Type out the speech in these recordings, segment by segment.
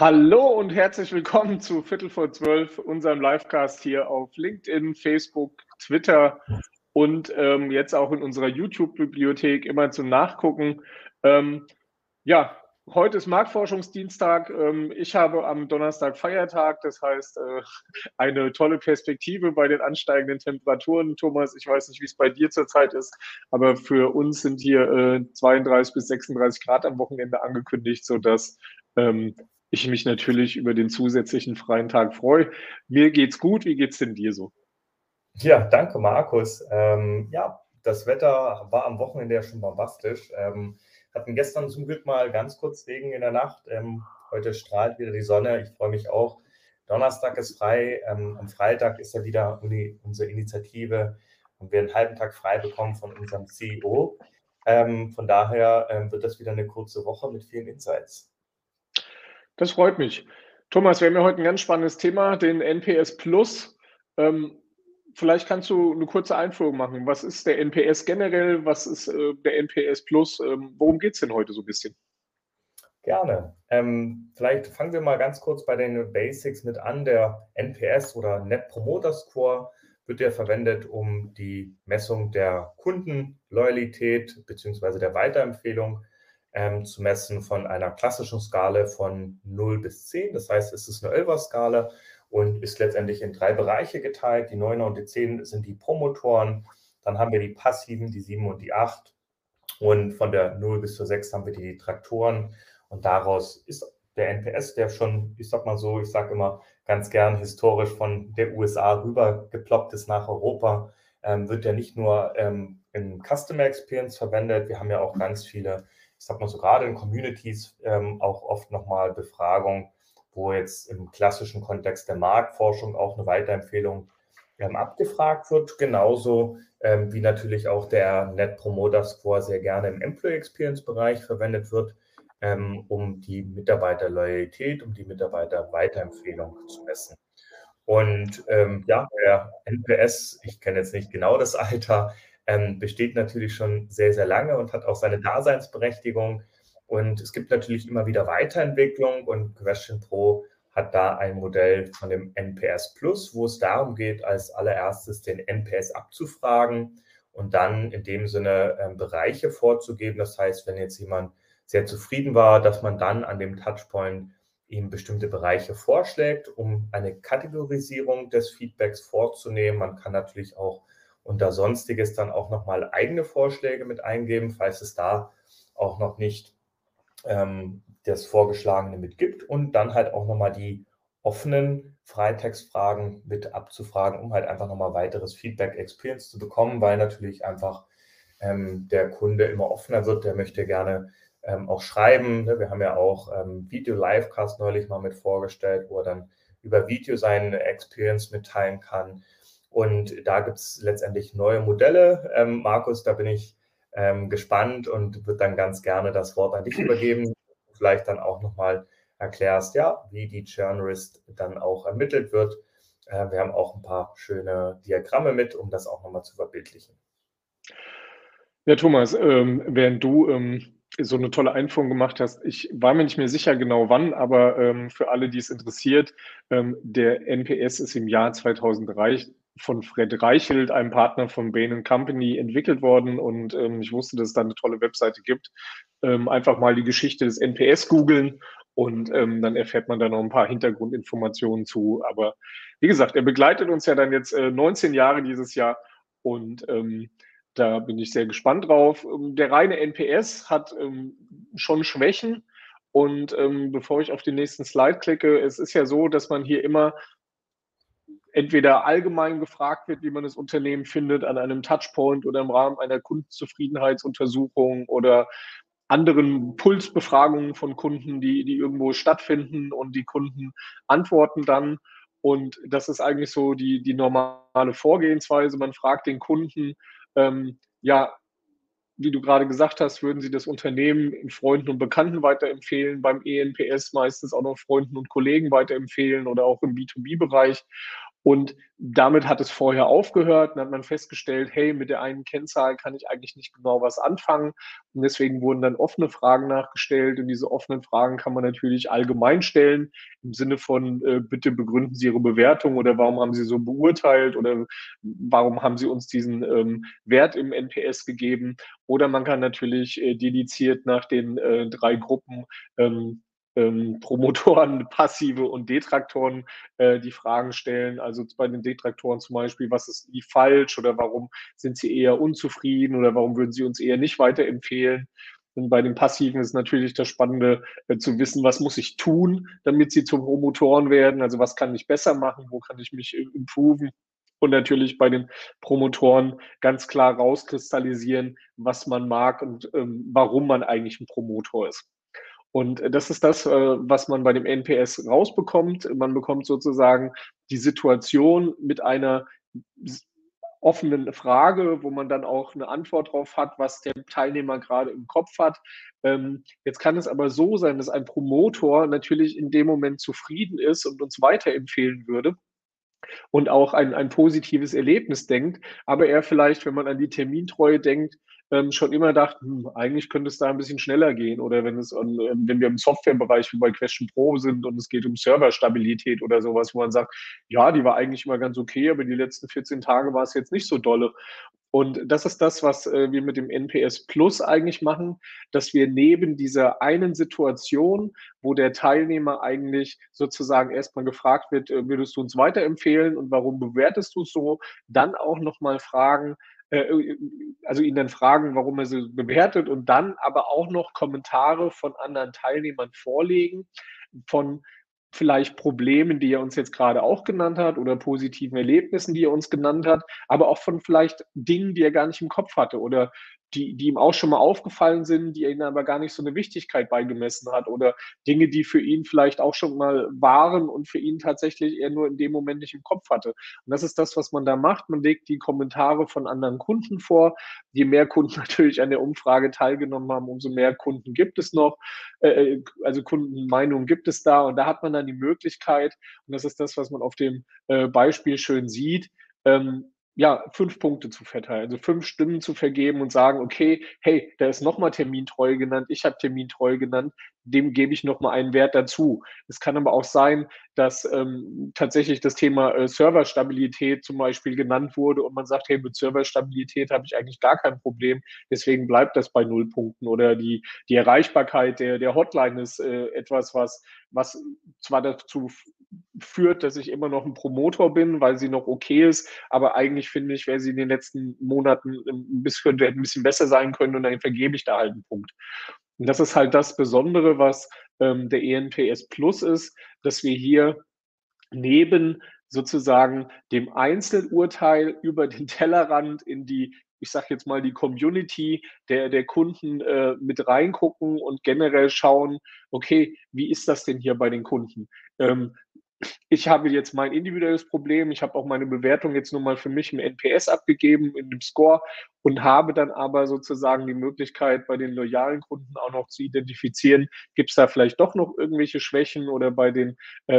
Hallo und herzlich willkommen zu Viertel vor 12, unserem Livecast hier auf LinkedIn, Facebook, Twitter und jetzt auch in unserer YouTube-Bibliothek immer zum Nachgucken. Ähm, ja, heute ist Marktforschungsdienstag. Ich habe am Donnerstag Feiertag, das heißt eine tolle Perspektive bei den ansteigenden Temperaturen. Thomas, ich weiß nicht, wie es bei dir zurzeit ist, aber für uns sind hier 32 bis 36 Grad am Wochenende angekündigt, sodass ich mich natürlich über den zusätzlichen freien Tag freue. Mir geht's gut. Wie geht's denn dir so? Ja, danke, Markus. Ja, das Wetter war am Wochenende ja schon bombastisch. Hatten gestern zum Glück mal ganz kurz Regen in der Nacht. Heute strahlt wieder die Sonne. Ich freue mich auch. Donnerstag ist frei. Am Freitag ist ja wieder unsere Initiative und wir einen halben Tag frei bekommen von unserem CEO. Von daher wird das wieder eine kurze Woche mit vielen Insights. Das freut mich. Thomas, wir haben ja heute ein ganz spannendes Thema, den NPS Plus. Ähm, Vielleicht kannst du eine kurze Einführung machen. Was ist der NPS generell? Was ist der NPS Plus? Worum geht es denn heute so ein bisschen? Gerne. Vielleicht fangen wir mal ganz kurz bei den Basics mit an. Der NPS oder Net Promoter Score wird ja verwendet, um die Messung der Kundenloyalität bzw. der Weiterempfehlung zu messen von einer klassischen Skala von 0 bis 10. Das heißt, es ist eine 11er-Skala und ist letztendlich in 3 Bereiche geteilt. Die 9er und die 10 sind die Promotoren. Dann haben wir die passiven, die 7 und die 8. Und von der 0 bis zur 6 haben wir die Traktoren. Und daraus ist der NPS, der schon, ich sag mal so, ich sage immer ganz gern historisch von der USA rüber geploppt ist nach Europa, wird ja nicht nur in Customer Experience verwendet. Wir haben ja auch ganz viele, ich sag mal so gerade in Communities auch oft nochmal Befragungen, wo jetzt im klassischen Kontext der Marktforschung auch eine Weiterempfehlung abgefragt wird. Genauso wie natürlich auch der Net Promoter Score sehr gerne im Employee Experience Bereich verwendet wird, um die Mitarbeiterloyalität, um die Mitarbeiterweiterempfehlung zu messen. Und ja, der NPS, ich kenne jetzt nicht genau das Alter, besteht natürlich schon sehr, sehr lange und hat auch seine Daseinsberechtigung. Und es gibt natürlich immer wieder Weiterentwicklung und Question Pro hat da ein Modell von dem NPS Plus, wo es darum geht, als allererstes den NPS abzufragen und dann in dem Sinne Bereiche vorzugeben. Das heißt, wenn jetzt jemand sehr zufrieden war, dass man dann an dem Touchpoint ihm bestimmte Bereiche vorschlägt, um eine Kategorisierung des Feedbacks vorzunehmen. Man kann natürlich auch unter Sonstiges dann auch nochmal eigene Vorschläge mit eingeben, falls es da auch noch nicht das Vorgeschlagene mit gibt und dann halt auch nochmal die offenen Freitextfragen mit abzufragen, um halt einfach nochmal weiteres Feedback Experience zu bekommen, weil natürlich einfach der Kunde immer offener wird, der möchte gerne auch schreiben. Wir haben ja auch Video-Livecast neulich mal mit vorgestellt, wo er dann über Video seine Experience mitteilen kann. Und da gibt es letztendlich neue Modelle. Markus, da bin ich gespannt und würde dann ganz gerne das Wort an dich übergeben. Vielleicht dann auch nochmal erklärst, ja, wie die Churn Risk dann auch ermittelt wird. Wir haben auch ein paar schöne Diagramme mit, um das auch nochmal zu verbildlichen. Ja, Thomas, während du so eine tolle Einführung gemacht hast, ich war mir nicht mehr sicher genau wann, aber für alle, die es interessiert, der NPS ist im Jahr 2003 von Fred Reichelt, einem Partner von Bain Company, entwickelt worden und ich wusste, dass es da eine tolle Webseite gibt. Einfach mal die Geschichte des NPS googeln und dann erfährt man da noch ein paar Hintergrundinformationen zu. Aber wie gesagt, er begleitet uns ja dann jetzt 19 Jahre dieses Jahr und da bin ich sehr gespannt drauf. Der reine NPS hat schon Schwächen. Und bevor ich auf den nächsten Slide klicke, es ist ja so, dass man hier immer entweder allgemein gefragt wird, wie man das Unternehmen findet, an einem Touchpoint oder im Rahmen einer Kundenzufriedenheitsuntersuchung oder anderen Pulsbefragungen von Kunden, die irgendwo stattfinden und die Kunden antworten dann. Und das ist eigentlich so die normale Vorgehensweise. Man fragt den Kunden, ja, wie du gerade gesagt hast, würden Sie das Unternehmen Freunden und Bekannten weiterempfehlen, beim ENPS meistens auch noch Freunden und Kollegen weiterempfehlen oder auch im B2B-Bereich. Und damit hat es vorher aufgehört. Dann hat man festgestellt, hey, mit der einen Kennzahl kann ich eigentlich nicht genau was anfangen. Und deswegen wurden dann offene Fragen nachgestellt. Und diese offenen Fragen kann man natürlich allgemein stellen, im Sinne von, bitte begründen Sie Ihre Bewertung oder warum haben Sie so beurteilt oder warum haben Sie uns diesen Wert im NPS gegeben. Oder man kann natürlich dediziert nach den 3 Gruppen Promotoren, Passive und Detraktoren die Fragen stellen. Also bei den Detraktoren zum Beispiel, was ist nie falsch oder warum sind sie eher unzufrieden oder warum würden sie uns eher nicht weiterempfehlen. Und bei den Passiven ist natürlich das Spannende zu wissen, was muss ich tun, damit sie zum Promotoren werden. Also was kann ich besser machen, wo kann ich mich improven. Und natürlich bei den Promotoren ganz klar rauskristallisieren, was man mag und warum man eigentlich ein Promotor ist. Und das ist das, was man bei dem NPS rausbekommt. Man bekommt sozusagen die Situation mit einer offenen Frage, wo man dann auch eine Antwort drauf hat, was der Teilnehmer gerade im Kopf hat. Jetzt kann es aber so sein, dass ein Promotor natürlich in dem Moment zufrieden ist und uns weiterempfehlen würde und auch ein positives Erlebnis denkt, aber er vielleicht, wenn man an die Termintreue denkt, schon immer dachte, eigentlich könnte es da ein bisschen schneller gehen. Oder wenn wir im Softwarebereich wie bei Question Pro sind und es geht um Serverstabilität oder sowas, wo man sagt, ja, die war eigentlich immer ganz okay, aber die letzten 14 Tage war es jetzt nicht so dolle. Und das ist das, was wir mit dem NPS Plus eigentlich machen, dass wir neben dieser einen Situation, wo der Teilnehmer eigentlich sozusagen erstmal gefragt wird, würdest du uns weiterempfehlen und warum bewertest du es so, dann auch nochmal fragen, also ihn dann fragen, warum er sie bewertet und dann aber auch noch Kommentare von anderen Teilnehmern vorlegen, von vielleicht Problemen, die er uns jetzt gerade auch genannt hat oder positiven Erlebnissen, die er uns genannt hat, aber auch von vielleicht Dingen, die er gar nicht im Kopf hatte oder die ihm auch schon mal aufgefallen sind, die er ihm aber gar nicht so eine Wichtigkeit beigemessen hat oder Dinge, die für ihn vielleicht auch schon mal waren und für ihn tatsächlich er nur in dem Moment nicht im Kopf hatte. Und das ist das, was man da macht. Man legt die Kommentare von anderen Kunden vor. Je mehr Kunden natürlich an der Umfrage teilgenommen haben, umso mehr Kunden gibt es noch. Also Kundenmeinungen gibt es da und da hat man dann die Möglichkeit, und das ist das, was man auf dem Beispiel schön sieht, ja, 5 Punkte zu verteilen, also 5 Stimmen zu vergeben und sagen, okay, hey, da ist nochmal Termintreu genannt, ich habe Termintreu genannt, dem gebe ich nochmal einen Wert dazu. Es kann aber auch sein, dass tatsächlich das Thema Serverstabilität zum Beispiel genannt wurde und man sagt, hey, mit Serverstabilität habe ich eigentlich gar kein Problem, deswegen bleibt das bei 0 Punkten. Oder die Erreichbarkeit der Hotline ist etwas, was zwar dazu führt, dass ich immer noch ein Promotor bin, weil sie noch okay ist, aber eigentlich finde ich, wäre sie in den letzten Monaten könnte ein bisschen besser sein können und dann vergebe ich da halt einen Punkt. Und das ist halt das Besondere, was der ENPS Plus ist, dass wir hier neben sozusagen dem Einzelurteil über den Tellerrand in die, ich sage jetzt mal, die Community der Kunden mit reingucken und generell schauen, okay, wie ist das denn hier bei den Kunden? Ich habe jetzt mein individuelles Problem, ich habe auch meine Bewertung jetzt nur mal für mich im NPS abgegeben, in dem Score und habe dann aber sozusagen die Möglichkeit, bei den loyalen Kunden auch noch zu identifizieren, gibt es da vielleicht doch noch irgendwelche Schwächen oder bei den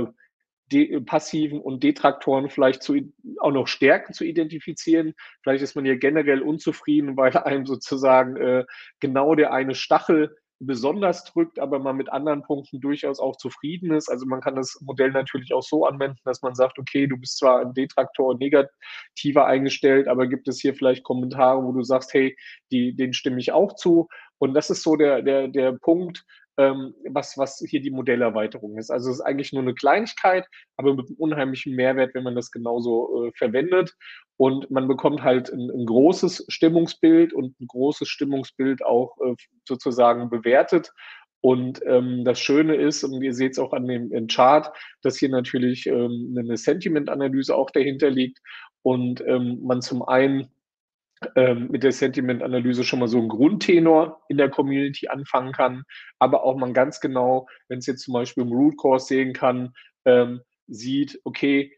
Passiven und Detraktoren vielleicht auch noch Stärken zu identifizieren. Vielleicht ist man ja generell unzufrieden, weil einem sozusagen genau der eine Stachel besonders drückt, aber man mit anderen Punkten durchaus auch zufrieden ist. Also man kann das Modell natürlich auch so anwenden, dass man sagt, okay, du bist zwar ein Detraktor negativer eingestellt, aber gibt es hier vielleicht Kommentare, wo du sagst, hey, denen stimme ich auch zu. Und das ist so der Punkt, was hier die Modellerweiterung ist. Also es ist eigentlich nur eine Kleinigkeit, aber mit einem unheimlichen Mehrwert, wenn man das genauso verwendet. Und man bekommt halt ein großes Stimmungsbild und ein großes Stimmungsbild auch sozusagen bewertet. Und das Schöne ist, und ihr seht es auch an dem Chart, dass hier natürlich eine Sentiment-Analyse auch dahinter liegt und man zum einen mit der Sentiment-Analyse schon mal so einen Grundtenor in der Community anfangen kann, aber auch man ganz genau, wenn es jetzt zum Beispiel im Root Cause sehen kann, sieht, okay,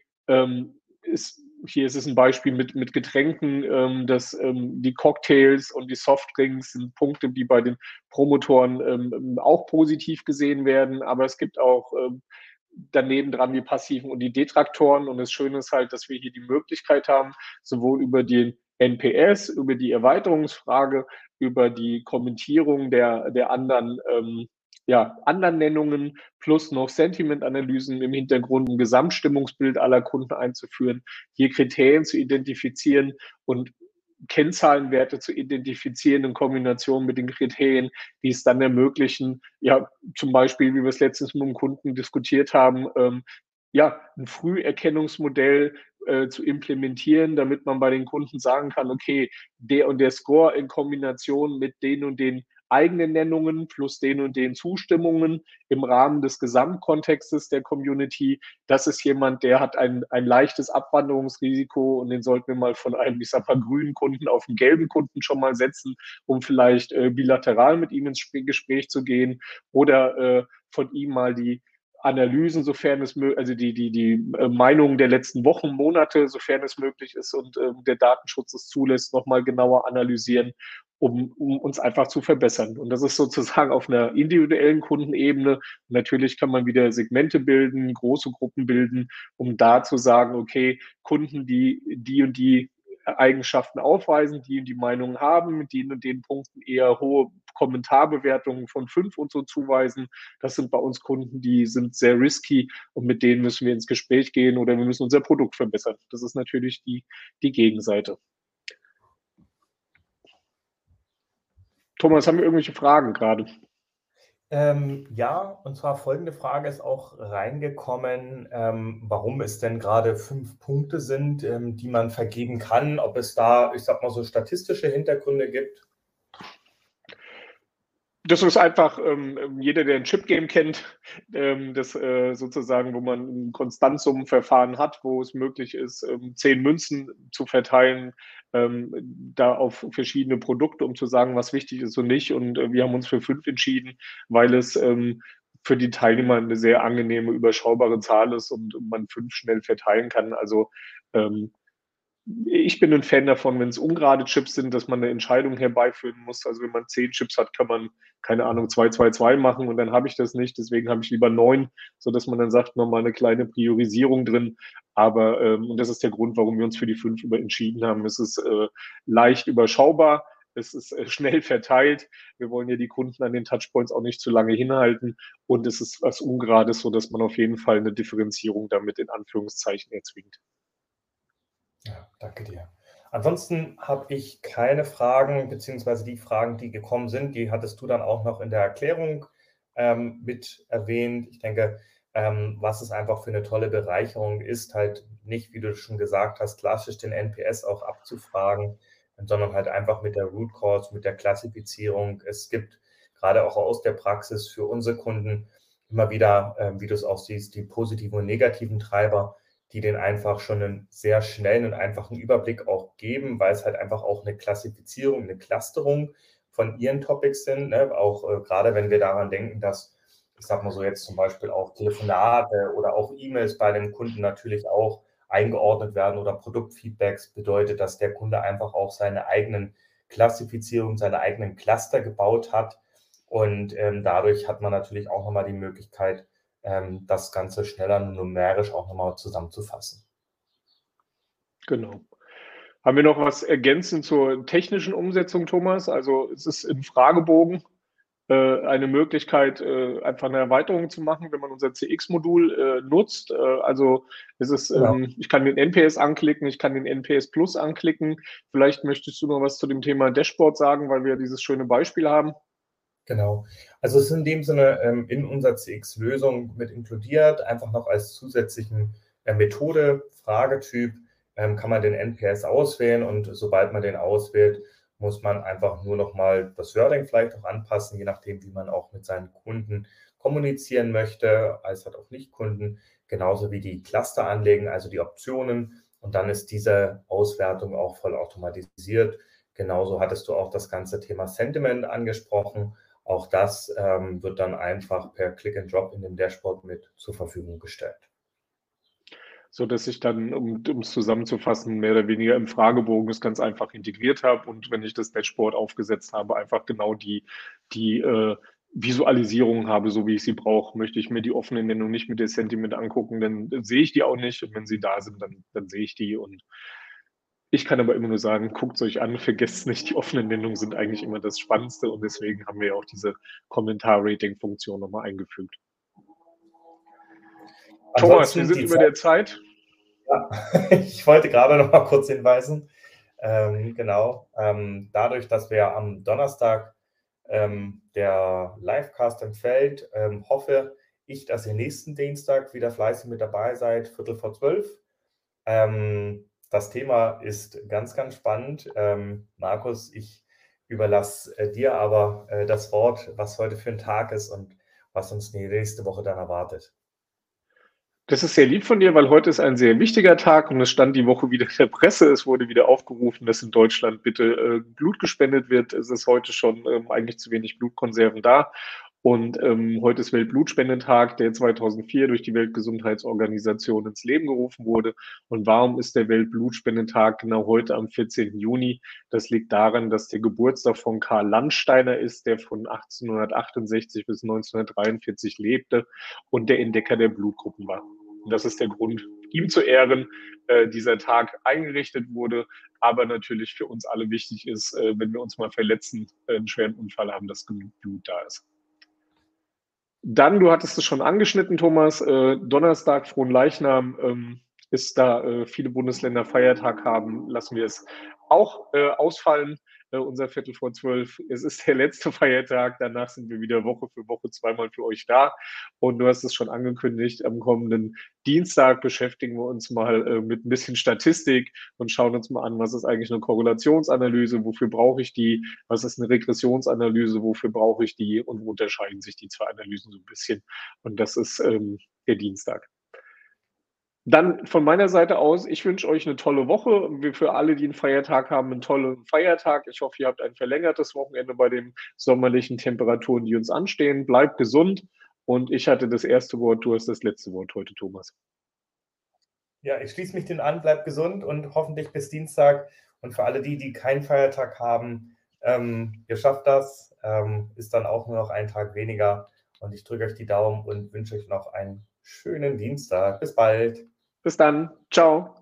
hier ist es ein Beispiel mit Getränken, dass die Cocktails und die Softdrinks sind Punkte, die bei den Promotoren auch positiv gesehen werden, aber es gibt auch daneben dran die Passiven und die Detraktoren. Und das Schöne ist halt, dass wir hier die Möglichkeit haben, sowohl über den NPS, über die Erweiterungsfrage, über die Kommentierung der anderen, anderen Nennungen plus noch Sentiment-Analysen im Hintergrund, ein Gesamtstimmungsbild aller Kunden einzuführen, hier Kriterien zu identifizieren und Kennzahlenwerte zu identifizieren in Kombination mit den Kriterien, die es dann ermöglichen, ja, zum Beispiel, wie wir es letztens mit dem Kunden diskutiert haben, ein Früherkennungsmodell zu implementieren, damit man bei den Kunden sagen kann, okay, der und der Score in Kombination mit den und den eigenen Nennungen plus den und den Zustimmungen im Rahmen des Gesamtkontextes der Community. Das ist jemand, der hat ein leichtes Abwanderungsrisiko und den sollten wir mal von einem, ich sag mal, grünen Kunden auf einen gelben Kunden schon mal setzen, um vielleicht bilateral mit ihm ins Gespräch zu gehen oder von ihm mal die Analysen, sofern es möglich, also die Meinungen der letzten Wochen, Monate, sofern es möglich ist und der Datenschutz es zulässt, nochmal genauer analysieren, um uns einfach zu verbessern. Und das ist sozusagen auf einer individuellen Kundenebene. Natürlich kann man wieder Segmente bilden, große Gruppen bilden, um da zu sagen, okay, Kunden, die und die Eigenschaften aufweisen, die und die Meinungen haben, mit denen und den Punkten eher hohe Kommentarbewertungen von 5 und so zuweisen. Das sind bei uns Kunden, die sind sehr risky und mit denen müssen wir ins Gespräch gehen oder wir müssen unser Produkt verbessern. Das ist natürlich die Gegenseite. Thomas, haben wir irgendwelche Fragen gerade? Ja, und zwar folgende Frage ist auch reingekommen, warum es denn gerade 5 Punkte sind, die man vergeben kann, ob es da, ich sag mal, so statistische Hintergründe gibt. Das ist einfach, jeder, der ein Chip-Game kennt, das sozusagen, wo man ein Konstantsummenverfahren hat, wo es möglich ist, 10 Münzen zu verteilen, da auf verschiedene Produkte, um zu sagen, was wichtig ist und nicht. Und wir haben uns für 5 entschieden, weil es für die Teilnehmer eine sehr angenehme, überschaubare Zahl ist und man 5 schnell verteilen kann. Also ich bin ein Fan davon, wenn es ungerade Chips sind, dass man eine Entscheidung herbeiführen muss. Also wenn man 10 Chips hat, kann man, keine Ahnung, 2-2-2 machen und dann habe ich das nicht. Deswegen habe ich lieber 9, sodass man dann sagt, nochmal eine kleine Priorisierung drin. Aber, und das ist der Grund, warum wir uns für die 5 entschieden haben. Es ist leicht überschaubar. Es ist schnell verteilt. Wir wollen ja die Kunden an den Touchpoints auch nicht zu lange hinhalten. Und es ist was Ungerades, sodass man auf jeden Fall eine Differenzierung damit in Anführungszeichen erzwingt. Ja, danke dir. Ansonsten habe ich keine Fragen, beziehungsweise die Fragen, die gekommen sind, die hattest du dann auch noch in der Erklärung mit erwähnt. Ich denke, was es einfach für eine tolle Bereicherung ist, halt nicht, wie du schon gesagt hast, klassisch den NPS auch abzufragen, sondern halt einfach mit der Root Cause, mit der Klassifizierung. Es gibt gerade auch aus der Praxis für unsere Kunden immer wieder, wie du es auch siehst, die positiven und negativen Treiber, die den einfach schon einen sehr schnellen und einfachen Überblick auch geben, weil es halt einfach auch eine Klassifizierung, eine Clusterung von ihren Topics sind. Ne? Auch gerade wenn wir daran denken, dass, ich sag mal so jetzt zum Beispiel auch Telefonate oder auch E-Mails bei dem Kunden natürlich auch eingeordnet werden oder Produktfeedbacks, bedeutet, dass der Kunde einfach auch seine eigenen Klassifizierungen, seine eigenen Cluster gebaut hat. Und dadurch hat man natürlich auch nochmal die Möglichkeit, das Ganze schneller numerisch auch nochmal zusammenzufassen. Genau. Haben wir noch was ergänzend zur technischen Umsetzung, Thomas? Also es ist im Fragebogen eine Möglichkeit, einfach eine Erweiterung zu machen, wenn man unser CX-Modul nutzt. Also Genau. ich kann den NPS anklicken, ich kann den NPS Plus anklicken. Vielleicht möchtest du noch was zu dem Thema Dashboard sagen, weil wir dieses schöne Beispiel haben. Genau. Also es ist in dem Sinne in unserer CX-Lösung mit inkludiert, einfach noch als zusätzlichen Methode, Fragetyp, kann man den NPS auswählen und sobald man den auswählt, muss man einfach nur noch mal das Wording vielleicht auch anpassen, je nachdem, wie man auch mit seinen Kunden kommunizieren möchte, als halt auch Nicht-Kunden, genauso wie die Cluster anlegen, also die Optionen. Und dann ist diese Auswertung auch voll automatisiert. Genauso hattest du auch das ganze Thema Sentiment angesprochen. Auch das wird dann einfach per Click and Drop in dem Dashboard mit zur Verfügung gestellt. So dass ich dann, um es zusammenzufassen, mehr oder weniger im Fragebogen es ganz einfach integriert habe und wenn ich das Dashboard aufgesetzt habe, einfach genau die Visualisierung habe, so wie ich sie brauche. Möchte ich mir die offene Nennung nicht mit der Sentiment angucken, dann sehe ich die auch nicht. Und wenn sie da sind, dann sehe ich die. Und ich kann aber immer nur sagen, guckt es euch an, vergesst nicht, die offenen Nennungen sind eigentlich immer das Spannendste. Und deswegen haben wir ja auch diese Kommentar-Rating-Funktion nochmal eingefügt. Thomas, wir Ansonsten sind die über der Zeit. Ja, ich wollte gerade noch mal kurz hinweisen, genau, dadurch, dass wir am Donnerstag der Livecast entfällt, hoffe ich, dass ihr nächsten Dienstag wieder fleißig mit dabei seid, 11:45. Das Thema ist ganz, ganz spannend. Markus, ich überlasse dir aber das Wort, was heute für ein Tag ist und was uns die nächste Woche dann erwartet. Das ist sehr lieb von dir, weil heute ist ein sehr wichtiger Tag und es stand die Woche wieder in der Presse. Es wurde wieder aufgerufen, dass in Deutschland bitte Blut gespendet wird. Es ist heute schon eigentlich zu wenig Blutkonserven da. Und heute ist Weltblutspendetag, der 2004 durch die Weltgesundheitsorganisation ins Leben gerufen wurde. Und warum ist der Weltblutspendetag genau heute am 14. Juni? Das liegt daran, dass der Geburtstag von Karl Landsteiner ist, der von 1868 bis 1943 lebte und der Entdecker der Blutgruppen war. Und das ist der Grund, ihm zu ehren, dieser Tag eingerichtet wurde, aber natürlich für uns alle wichtig ist, wenn wir uns mal verletzen, einen schweren Unfall haben, dass genug Blut da ist. Dann, du hattest es schon angeschnitten, Thomas, Donnerstag, Fronleichnam, ist da viele Bundesländer Feiertag haben, lassen wir es auch ausfallen, unser Viertel vor 12. Es ist der letzte Feiertag, danach sind wir wieder Woche für Woche zweimal für euch da. Und du hast es schon angekündigt, am kommenden Dienstag beschäftigen wir uns mal mit ein bisschen Statistik und schauen uns mal an, was ist eigentlich eine Korrelationsanalyse, wofür brauche ich die, was ist eine Regressionsanalyse, wofür brauche ich die und wo unterscheiden sich die zwei Analysen so ein bisschen. Und das ist der Dienstag. Dann von meiner Seite aus, ich wünsche euch eine tolle Woche. Wir für alle, die einen Feiertag haben, einen tollen Feiertag. Ich hoffe, ihr habt ein verlängertes Wochenende bei den sommerlichen Temperaturen, die uns anstehen. Bleibt gesund und ich hatte das erste Wort, du hast das letzte Wort heute, Thomas. Ja, ich schließe mich den an, bleibt gesund und hoffentlich bis Dienstag. Und für alle die, die keinen Feiertag haben, ihr schafft das, ist dann auch nur noch ein Tag weniger. Und ich drücke euch die Daumen und wünsche euch noch einen schönen Dienstag. Bis bald. Bis dann. Ciao.